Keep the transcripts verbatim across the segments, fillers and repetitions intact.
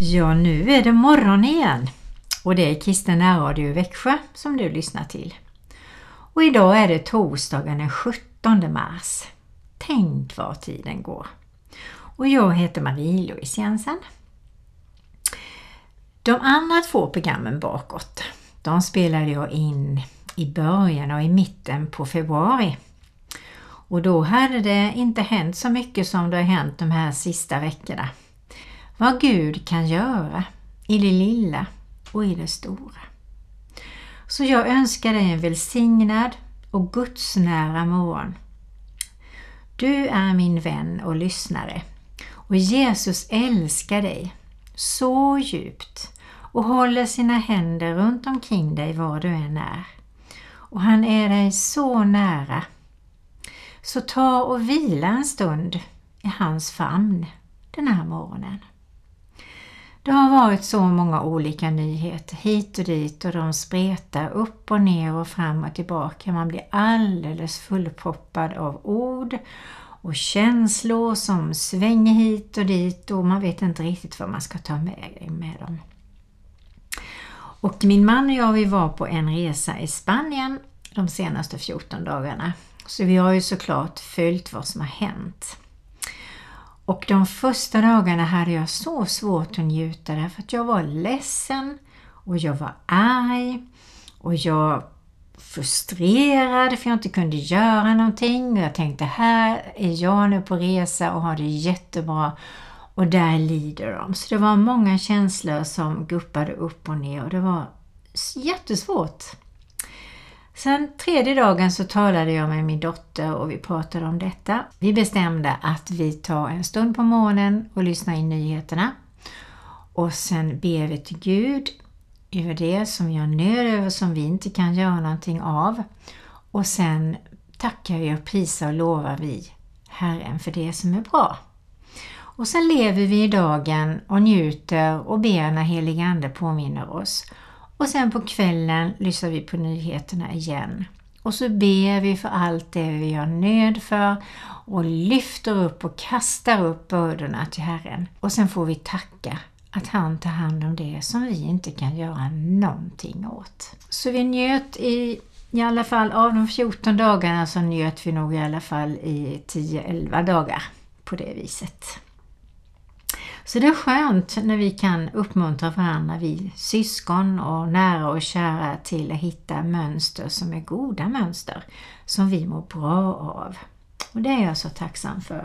Ja, nu är det morgon igen och det är Kristen närradio i Växjö som du lyssnar till. Och idag är det torsdagen den sjuttonde mars. Tänk vad tiden går. Och jag heter Marie-Louise Jensen. De andra två programmen bakåt, de spelade jag in i början och i mitten på februari. Och då hade det inte hänt så mycket som det har hänt de här sista veckorna. Vad Gud kan göra i det lilla och i det stora. Så jag önskar dig en välsignad och gudsnära morgon. Du är min vän och lyssnare och Jesus älskar dig så djupt och håller sina händer runt omkring dig var du än är. Och han är dig så nära. Så ta och vila en stund i hans famn den här morgonen. Det har varit så många olika nyheter hit och dit och de spretar upp och ner och fram och tillbaka. Man blir alldeles fullproppad av ord och känslor som svänger hit och dit och man vet inte riktigt vad man ska ta med, med dem. Och min man och jag, vi var på en resa i Spanien de senaste fjorton dagarna. Så vi har ju såklart följt vad som har hänt. Och de första dagarna hade jag så svårt att njuta därför att jag var ledsen och jag var arg och jag frustrerad för jag inte kunde göra någonting. Och jag tänkte, här är jag nu på resa och har det jättebra och där lider de. Så det var många känslor som guppade upp och ner och det var jättesvårt. Sen tredje dagen så talade jag med min dotter och vi pratade om detta. Vi bestämde att vi tar en stund på morgonen och lyssnar in nyheterna. Och sen ber vi till Gud över det som jag nöd över som vi inte kan göra någonting av. Och sen tackar vi och prisar och lovar vi Herren för det som är bra. Och sen lever vi i dagen och njuter och ber när helig ande påminner oss. Och sen på kvällen lyssnar vi på nyheterna igen. Och så ber vi för allt det vi har nöd för och lyfter upp och kastar upp bördorna till Herren. Och sen får vi tacka att han tar hand om det som vi inte kan göra någonting åt. Så vi njöt i, i alla fall av de fjorton dagarna så njöt vi nog i alla fall i tio elva dagar på det viset. Så det är skönt när vi kan uppmuntra varandra, vi syskon och nära och kära till att hitta mönster som är goda mönster som vi mår bra av. Och det är jag så tacksam för.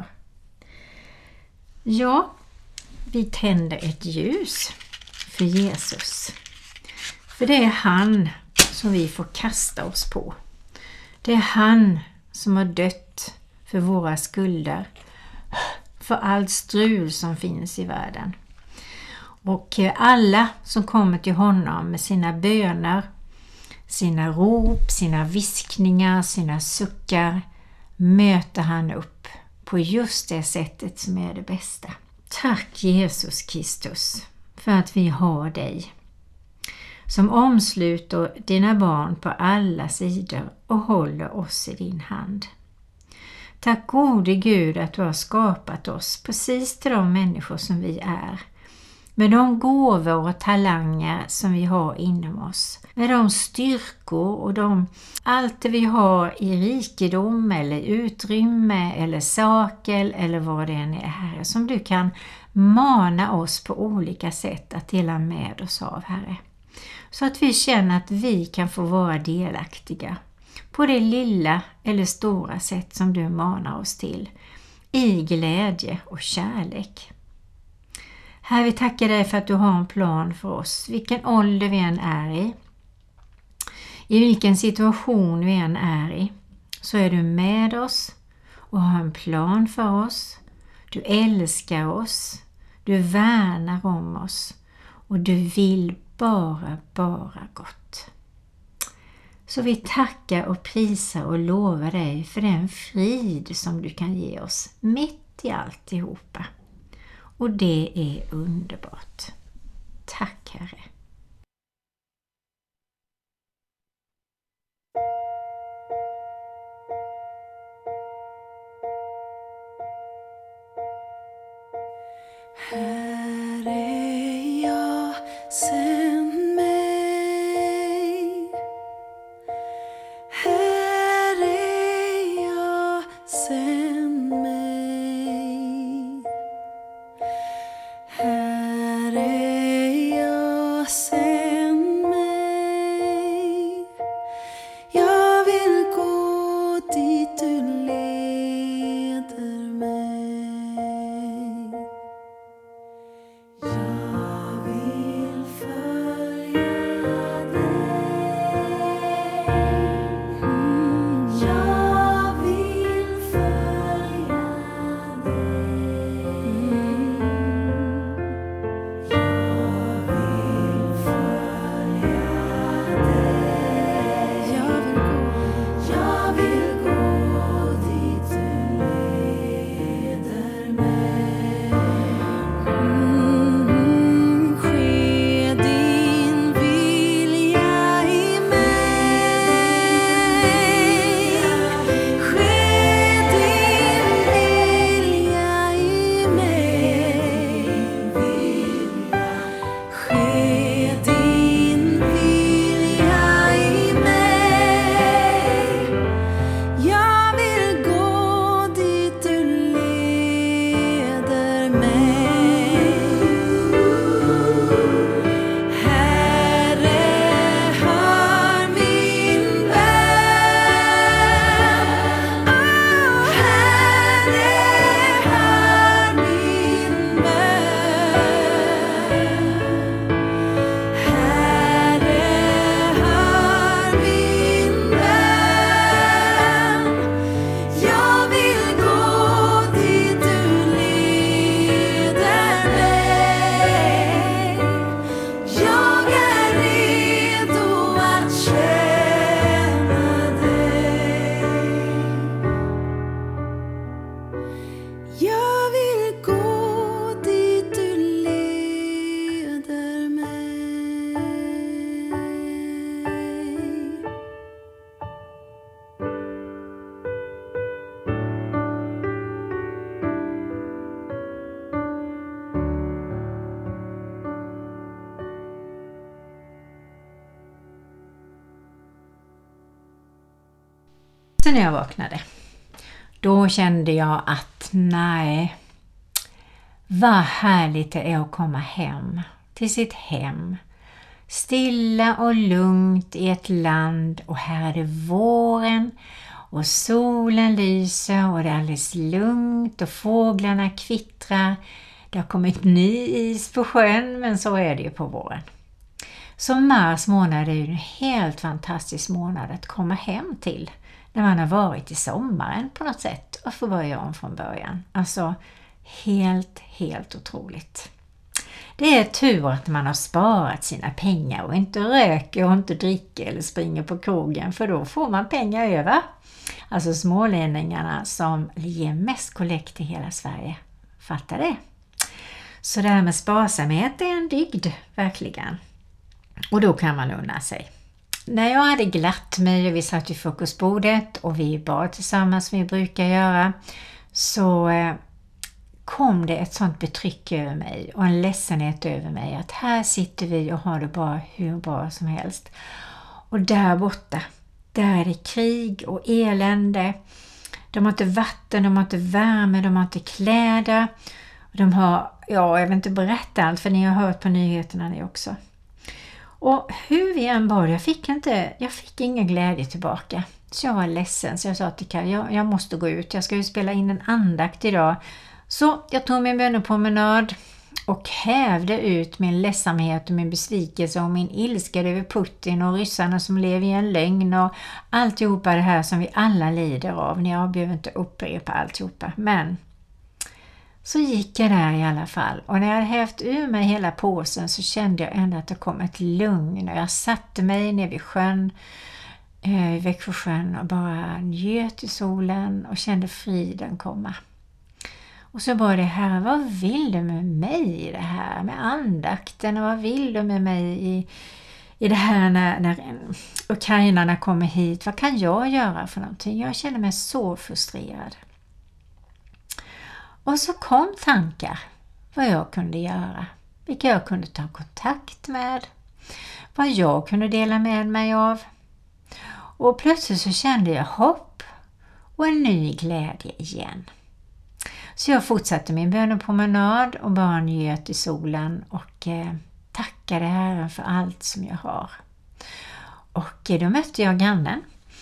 Ja, vi tänder ett ljus för Jesus. För det är han som vi får kasta oss på. Det är han som har dött för våra skulder. För allt strul som finns i världen. Och alla som kommer till honom med sina böner, sina rop, sina viskningar, sina suckar möter han upp på just det sättet som är det bästa. Tack Jesus Kristus för att vi har dig som omsluter dina barn på alla sidor och håller oss i din hand. Tack gode Gud att du har skapat oss precis till de människor som vi är. Med de gåvor och talanger som vi har inom oss. Med de styrkor och de, allt det vi har i rikedom eller utrymme eller saker eller vad det än är, Herre. Som du kan mana oss på olika sätt att dela med oss av, Herre. Så att vi känner att vi kan få vara delaktiga. På det lilla eller stora sätt som du manar oss till. I glädje och kärlek. Herre, vi tackar dig för att du har en plan för oss. Vilken ålder vi än är i. I vilken situation vi än är i. Så är du med oss och har en plan för oss. Du älskar oss. Du värnar om oss. Och du vill bara, bara gott. Så vi tackar och prisar och lovar dig för den frid som du kan ge oss mitt i alltihopa. Och det är underbart. Tack Herre. Här är leder mig. Jag vill följa dig. Jag vill följa Så när jag vaknade, då kände jag att nej, vad härligt det är att komma hem till sitt hem. Stilla och lugnt i ett land, och här är det våren och solen lyser och det är alldeles lugnt och fåglarna kvittrar. Det har kommit ny is på sjön, men så är det ju på våren. Så mars månad är ju en helt fantastisk månad att komma hem till. När man har varit i sommaren på något sätt och får börja om från början. Alltså helt, helt otroligt. Det är tur att man har sparat sina pengar och inte röker och inte dricker eller springer på krogen, för då får man pengar över. Alltså smålänningarna som ger mest kollekt i hela Sverige. Fattar det? Så det här med sparsamhet är en dygd, verkligen. Och då kan man unna sig. När jag hade glatt mig och vi satt vid frukostbordet och vi bad tillsammans som vi brukar göra, så kom det ett sånt betryck över mig och en ledsenhet över mig att här sitter vi och har det bara hur bra som helst. Och där borta, där är det krig och elände. De har inte vatten, de har inte värme, de har inte kläder. De har, ja jag vill inte berätta allt för ni har hört på nyheterna ni också. Och hur vi än bad, jag fick inte, jag fick ingen glädje tillbaka. Så jag var ledsen, så jag sa till Kaj, jag, jag måste gå ut, jag ska ju spela in en andakt idag. Så jag tog min bönepromenad och hävde ut min ledsamhet och min besvikelse och min ilska över Putin och ryssarna som lever i en lögn och alltihopa det här som vi alla lider av. Jag behöver inte upprepa alltihopa, men så gick jag där i alla fall. Och när jag hade hävt ur mig hela påsen så kände jag ändå att det kom ett lugn. Och jag satte mig ner vid sjön, i Växjösjön, och bara njöt i solen och kände friden komma. Och så bara det här, vad vill du med mig i det här? Med andakten, och vad vill du med mig i, i det här när, när ukrainarna kommer hit? Vad kan jag göra för någonting? Jag känner mig så frustrerad. Och så kom tankar vad jag kunde göra, vilka jag kunde ta kontakt med, vad jag kunde dela med mig av. Och plötsligt så kände jag hopp och en ny glädje igen. Så jag fortsatte min bönepromenad och bara njöt i solen och eh, tackade Herren för allt som jag har. Och eh, då mötte jag grannen.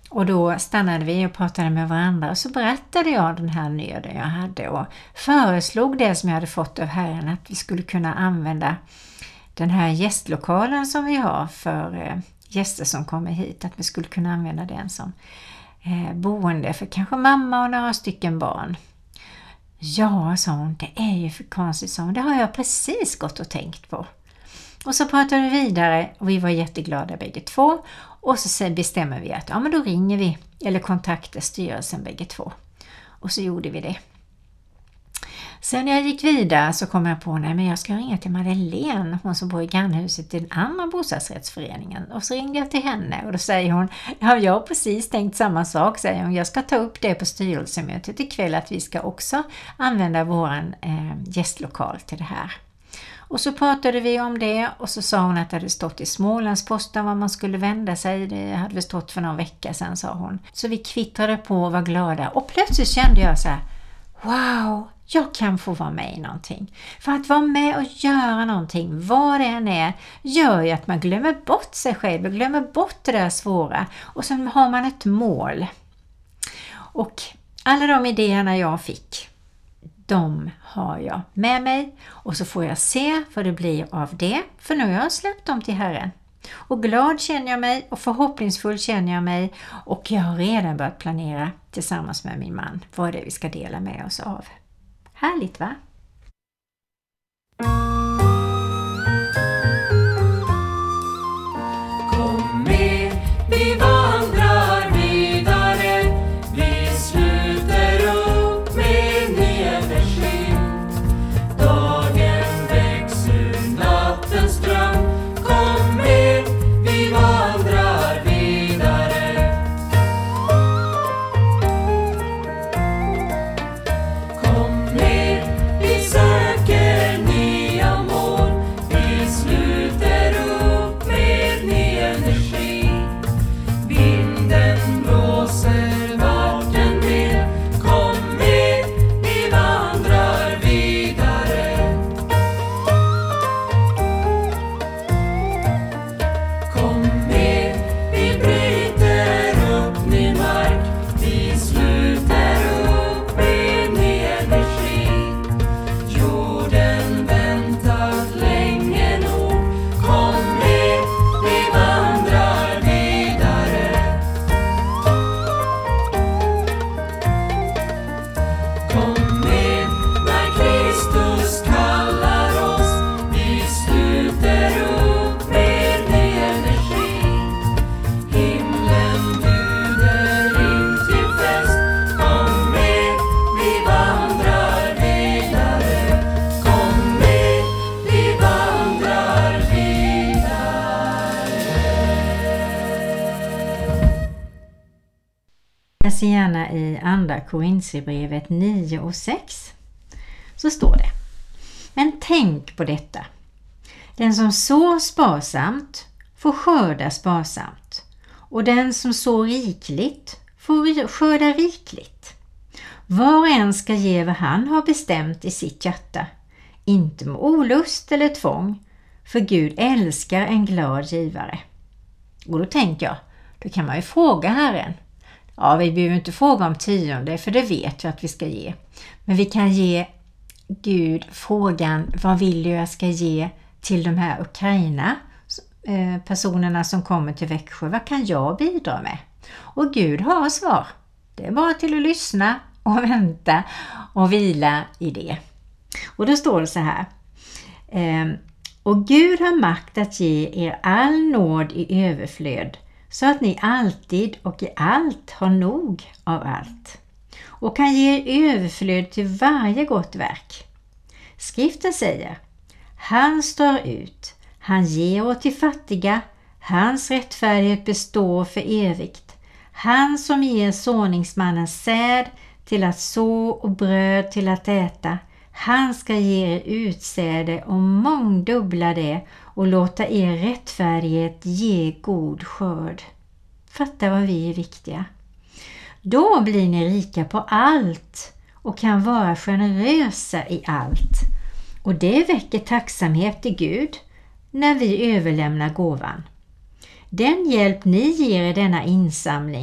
Och då stannade vi och pratade med varandra och så berättade jag den här nöden jag hade och föreslog det som jag hade fått av Herren, att vi skulle kunna använda den här gästlokalen som vi har för eh, gäster som kommer hit, att vi skulle kunna använda den som eh, boende för kanske mamma och några stycken barn. Ja, sa hon, det är ju för konstigt, sa hon. Det har jag precis gått och tänkt på. Och så pratade vi vidare och vi var jätteglada bägge två. Och så bestämmer vi att ja, men då ringer vi eller kontaktar styrelsen bägge två. Och så gjorde vi det. Sen när jag gick vidare så kom jag på, nej men jag ska ringa till Madeleine, hon som bor i grannhuset i den andra bostadsrättsföreningen. Och så ringde jag till henne och då säger hon, ja jag har precis tänkt samma sak, säger hon. Jag ska ta upp det på styrelsemötet ikväll att vi ska också använda våran eh, gästlokal till det här. Och så pratade vi om det och så sa hon att det hade stått i Smålandsposten vad man skulle vända sig. Det hade väl stått för någon vecka sedan, sa hon. Så vi kvittrade på och var glada och plötsligt kände jag så här, wow, jag kan få vara med i någonting. För att vara med och göra någonting, vad det än är, gör ju att man glömmer bort sig själv och glömmer bort det där svåra. Och sen har man ett mål. Och alla de idéerna jag fick, de har jag med mig. Och så får jag se vad det blir av det. För nu har jag släppt dem till Herren. Och glad känner jag mig och förhoppningsfull känner jag mig. Och jag har redan börjat planera tillsammans med min man vad det är vi ska dela med oss av. Härligt, va? Kom med, vi vandrar vidare. Vi sluter upp med ny energi. Dagen väcks ur nattens dröm. Kom med, vi vandrar vidare. Kom med, vi söker nya mål. Vi sluter upp med ny energi. Vinden blåser vart den vill. Kom med, vi vandrar vidare. Kom med, vi bryter upp ny mark. Vi sluter upp med ny energi. Jorden väntat länge nog. Kom med, vi vandrar vidare. Kom med när Kristus kallar oss. Vi sluter upp med ny energi. Himlen bjuder in till fest. Kom med, vi vandrar vidare. Kom med, vi vandrar vidare. Läs gärna i andra Korinthierbrevet nio och sex. Så står det. Men tänk på detta. Den som sår sparsamt får skörda sparsamt. Och den som sår rikligt får skörda rikligt. Var och en ska ge vad han har bestämt i sitt hjärta. Inte med olust eller tvång. För Gud älskar en glad givare. Och då tänker jag, då kan man ju fråga Herren. Ja, vi behöver inte fråga om tionde, för det vet vi att vi ska ge. Men vi kan ge Gud frågan, vad vill du jag ska ge till de här Ukraina eh, personerna som kommer till Växjö? Vad kan jag bidra med? Och Gud har svar. Det är bara till att lyssna och vänta och vila i det. Och då står det så här. Eh, och Gud har makt att ge er all nåd i överflöd, så att ni alltid och i allt har nog av allt och kan ge er överflöd till varje gott verk. Skriften säger, han står ut, han ger åt till fattiga, hans rättfärdighet består för evigt. Han som ger såningsmannen säd till att så och bröd till att äta, han ska ge er utsäde och mångdubbla det och låta er rättfärdighet ge god skörd. Fatta vad vi är viktiga. Då blir ni rika på allt och kan vara generösa i allt. Och det väcker tacksamhet till Gud när vi överlämnar gåvan. Den hjälp ni ger i denna insamling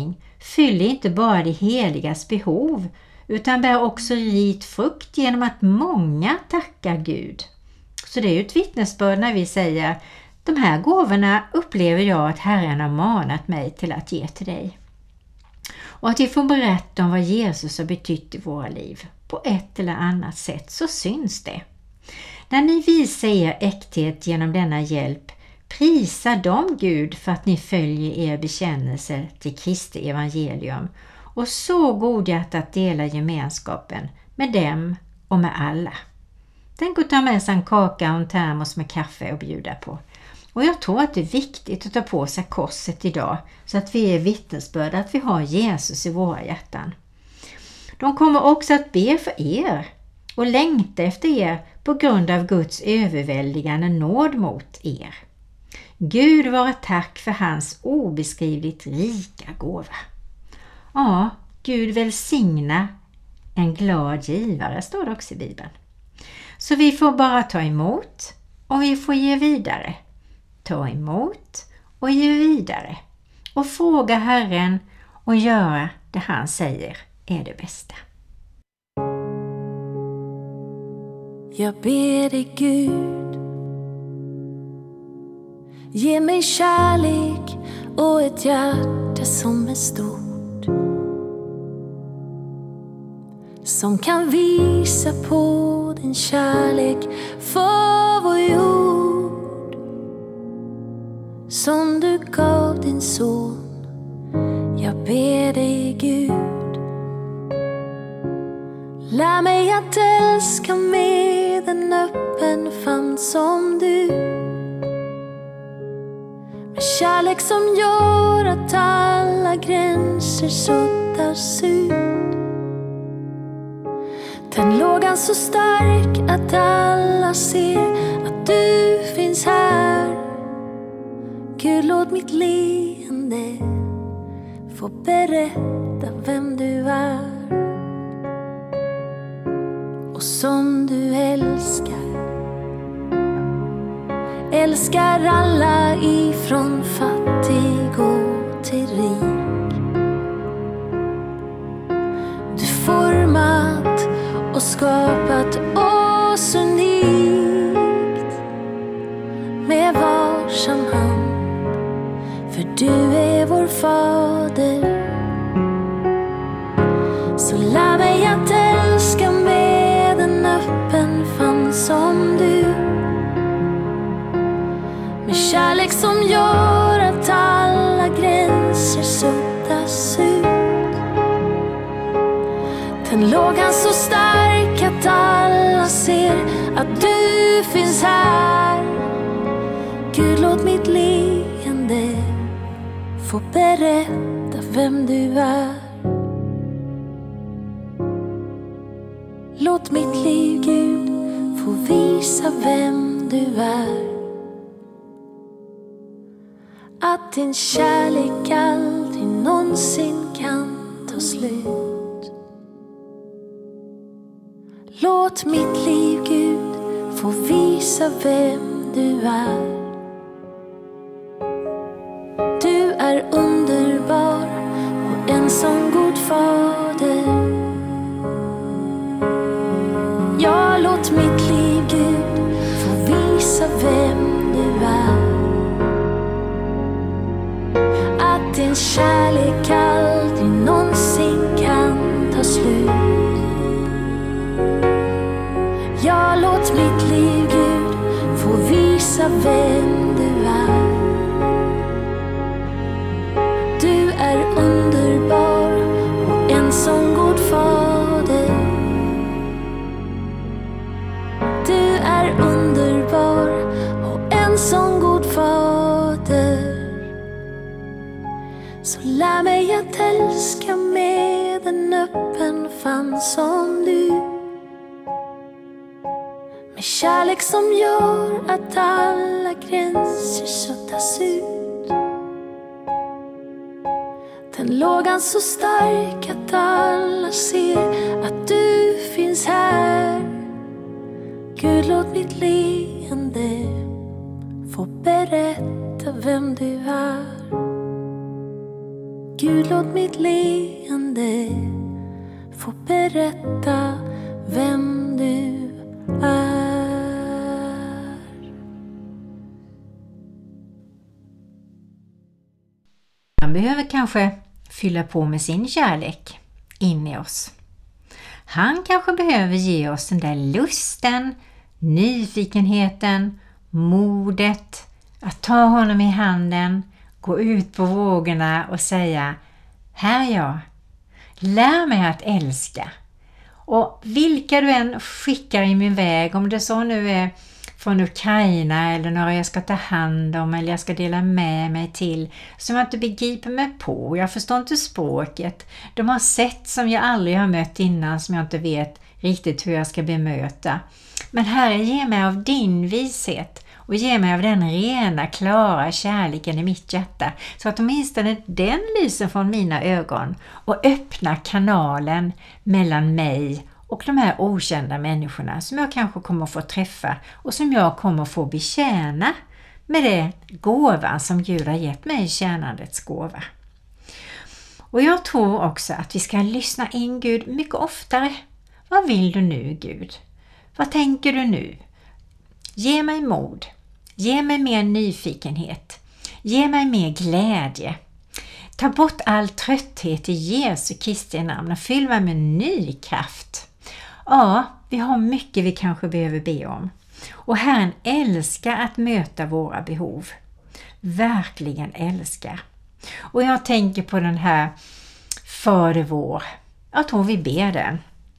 fyller inte bara de heligas behov utan bär också rik frukt genom att många tackar Gud. Så det är ju ett vittnesbörd när vi säger: de här gåvorna upplever jag att Herren har manat mig till att ge till dig. Och att vi får berätta om vad Jesus har betytt i våra liv. På ett eller annat sätt så syns det. När ni visar er äkthet genom denna hjälp, prisa dem Gud för att ni följer er bekännelse till Kristi evangelium och så godhjärtat dela gemenskapen med dem och med alla. Tänk att ta med sig en kaka och en termos med kaffe och bjuda på. Och jag tror att det är viktigt att ta på sig korset idag så att vi är vittnesbörd att vi har Jesus i våra hjärtan. De kommer också att be för er och längta efter er på grund av Guds överväldigande nåd mot er. Gud vare tack för hans obeskrivligt rika gåva. Ja, Gud välsigna en glad givare, står det också i Bibeln. Så vi får bara ta emot och vi får ge vidare. Ta emot och ge vidare. Och fråga Herren och göra det han säger är det bästa. Jag ber dig Gud, ge mig kärlek och ett hjärta som är stort, som kan visa på din kärlek för vår jord, som du gav din son. Jag ber dig Gud, lär mig att älska med en öppen famn som du, med kärlek som gör att alla gränser suddas ut. Tänd lågan så stark att alla ser att du finns här. Gud, låt mitt leende få berätta vem du är, och som du älskar, älskar alla ifrån fattig och till rik. Du format och skapat oss unikt med varsam hand, för du är vår fader. Så lär mig att älska med en öppen famn som du, med kärlek som gör att alla gränser suddas ut. Tänd lågan så stark att alla ser att du finns här. Gud, låt mitt leende få berätta vem du är. Låt mitt liv, Gud, få visa vem du är. Att din kärlek aldrig någonsin kan ta slut. Låt mitt liv, Gud, få visa vem du är. Du är underbar och en sån god fader. Ja, låt mitt liv, Gud, få visa vem du är. Att din kärlek aldrig någonsin kan ta slut. Ja, låt mitt liv, Gud, få visa vem du är. Du är underbar och en sån god fader. Du är underbar och en sån god fader. Så lär mig att älska med en öppen famn som du, med kärlek som gör att alla gränser suddas ut. Den lågan så stark att alla ser att du finns här. Gud, låt mitt leende få berätta vem du är. Gud, låt mitt leende få berätta vem du är. Man behöver kanske fylla på med sin kärlek in i oss. Han kanske behöver ge oss den där lusten, nyfikenheten, modet att ta honom i handen, gå ut på vågorna och säga: här är jag, lär mig att älska. Och vilka du än skickar i min väg, om det så nu är från Ukraina eller några jag ska ta hand om eller jag ska dela med mig till, som jag inte begriper mig på, jag förstår inte språket, de har sett som jag aldrig har mött innan, som jag inte vet riktigt hur jag ska bemöta. Men Herre, ge mig av din vishet och ge mig av den rena, klara kärleken i mitt hjärta, så att åtminstone den lyser från mina ögon och öppnar kanalen mellan mig och de här okända människorna som jag kanske kommer få träffa och som jag kommer få betjäna med det gåvan som Gud har gett mig, tjänandets gåva. Och jag tror också att vi ska lyssna in Gud mycket oftare. Vad vill du nu, Gud? Vad tänker du nu? Ge mig mod. Ge mig mer nyfikenhet. Ge mig mer glädje. Ta bort all trötthet i Jesu Kristi namn och fyll mig med ny kraft. Ja, vi har mycket vi kanske behöver be om. Och Herren älskar att möta våra behov. Verkligen älskar. Och jag tänker på den här Fader vår. Jag tror vi ber den.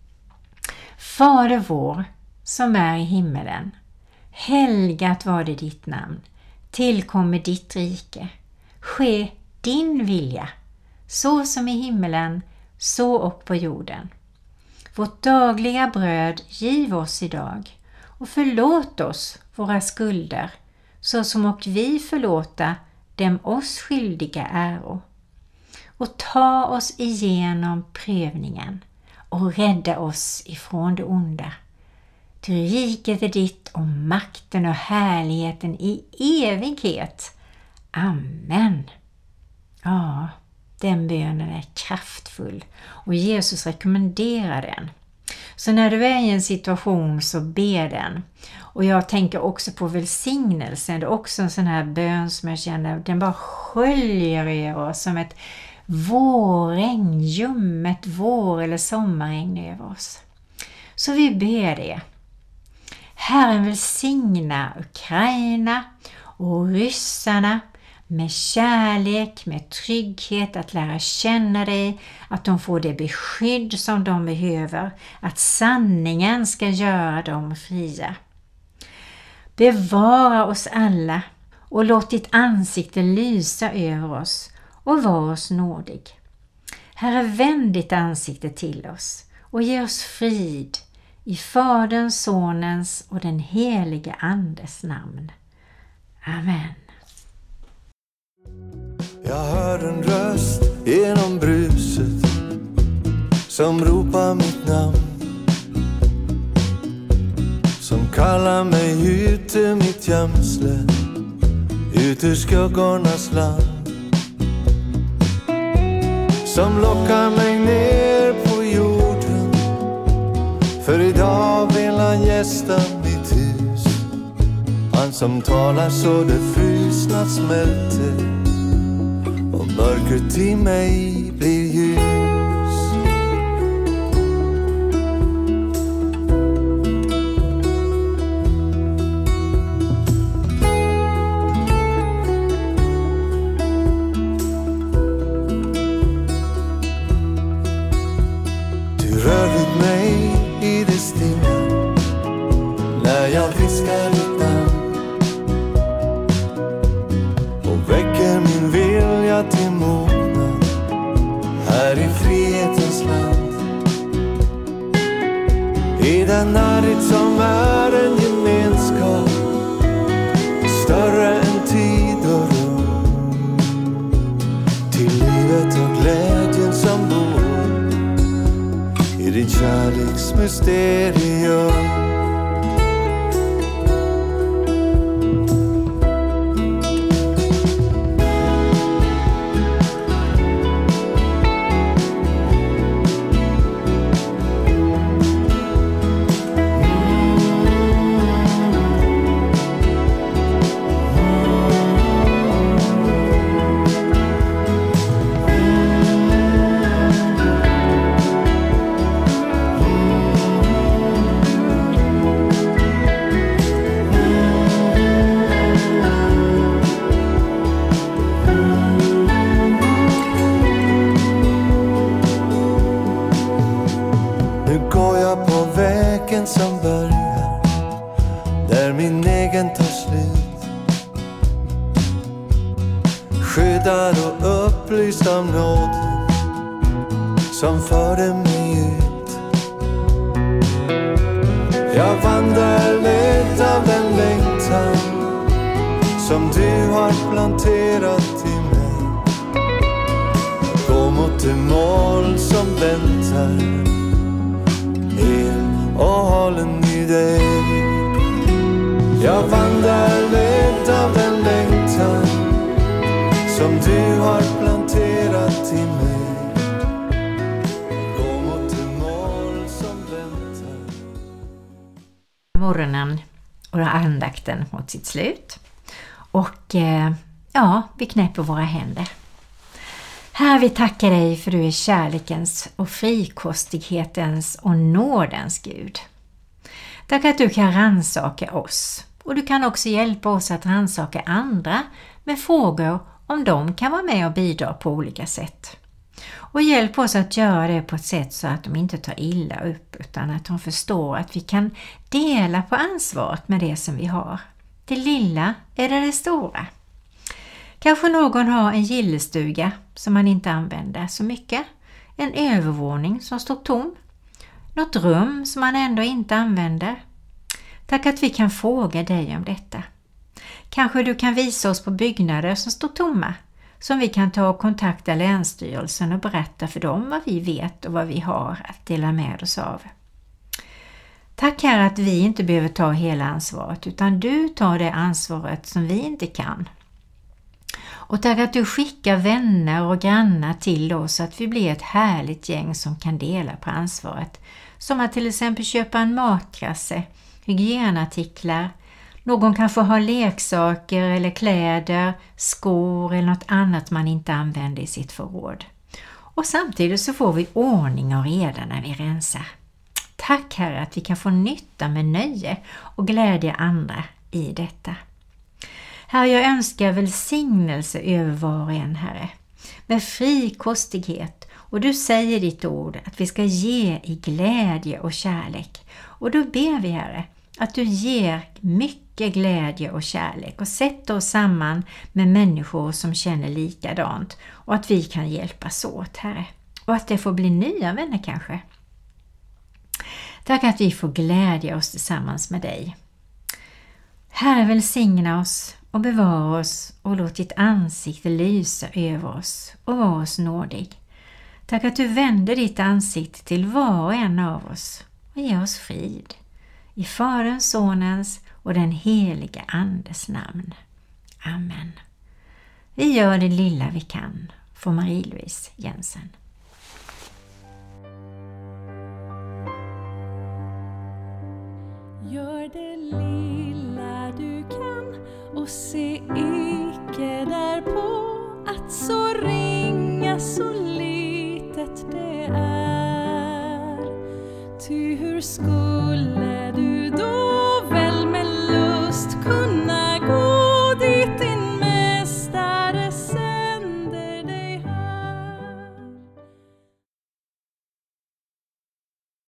Fader vår som är i himmelen. Helgat var det ditt namn. Tillkommer ditt rike. Ske din vilja. Så som i himmelen, så och på jorden. Vårt dagliga bröd giv oss idag. Och förlåt oss våra skulder. Så som och vi förlåta dem oss skyldiga äro. Och ta oss igenom prövningen. Och rädda oss ifrån det onda. Ty riket är ditt och makten och härligheten i evighet. Amen. Ja, den bönen är kraftfull och Jesus rekommenderar den. Så när du är i en situation så be den. Och jag tänker också på välsignelsen. Det är också en sån här bön som jag känner, den bara sköljer över oss som ett vårregn, ljummet vår- eller sommarregn över oss. Så vi ber det. Herren välsigna Ukraina och ryssarna med kärlek, med trygghet, att lära känna dig, att de får det beskydd som de behöver, att sanningen ska göra dem fria. Bevara oss alla och låt ditt ansikte lysa över oss och var oss nådig. Herre, vänd ditt ansikte till oss och ge oss frid i Faderns, Sonens och den helige Andes namn. Amen. Jag hör en röst genom bruset som ropar mitt namn, som kallar mig ut ur mitt gömsle, ut ur skuggornas land, som lockar mig ner på jorden, för idag vill han gästa mitt hus. Han som talar så det frusna smälter och mörkret i mig blir ljus. Du rör vid mig i det stilla när jag viskar ditt namn och väcker min vilja till mognad här i frihetens land. I den närhet som är en gemenskap större än tid och rum, till livet och glädjen som bor i din kärleks mysterium. egen som börjar där min egen tar slut. Skyddad och upplyst av nåden som förde mig ut. Jag vandrar led av den längtan som du har planterat i mig. Jag går mot det mål som väntar, el och hållen i dig. Jag vandrar led av den längtan som du har planterat i mig. Jag går mot det mål som väntar. Morgonen och andakten mot sitt slut. Och eh, ja, vi knäpper våra händer. Herre, vi tackar dig för du är kärlekens och frikostighetens och nådens Gud. Tack att du kan ransaka oss. Och du kan också hjälpa oss att ransaka andra med frågor om de kan vara med och bidra på olika sätt. Och hjälp oss att göra det på ett sätt så att de inte tar illa upp, utan att de förstår att vi kan dela på ansvaret med det som vi har. Det lilla är det, det stora. Kanske någon har en gillestuga som man inte använder så mycket. En övervåning som står tom. Något rum som man ändå inte använder. Tack att vi kan fråga dig om detta. Kanske du kan visa oss på byggnader som står tomma. Som vi kan ta och kontakta Länsstyrelsen och berätta för dem vad vi vet och vad vi har att dela med oss av. Tack Herre att vi inte behöver ta hela ansvaret, utan du tar det ansvaret som vi inte kan. Och tack att du skickar vänner och grannar till oss så att vi blir ett härligt gäng som kan dela på ansvaret. Som att till exempel köpa en matkasse, hygienartiklar. Någon kanske har leksaker eller kläder, skor eller något annat man inte använder i sitt förråd. Och samtidigt så får vi ordning och reda när vi rensar. Tack Herre att vi kan få nytta med nöje och glädje andra i detta. Herre, jag önskar välsignelse över var och en, Herre, med frikostighet. Och du säger ditt ord att vi ska ge i glädje och kärlek. Och då ber vi, Herre, att du ger mycket glädje och kärlek och sätter oss samman med människor som känner likadant. Och att vi kan hjälpas åt, Herre. Och att det får bli nya vänner kanske. Tack att vi får glädja oss tillsammans med dig. Herre, välsigna oss och bevara oss och låt ditt ansikte lysa över oss och vara oss nådig. Tack att du vänder ditt ansikte till var och en av oss och ger oss frid. I Faderns, Sonens och den heliga Andes namn. Amen. Vi gör det lilla vi kan för Marie-Louise Jensen. Gör det lilla du kan och se icke därpå att så ringa så litet det är. Ty hur skulle du då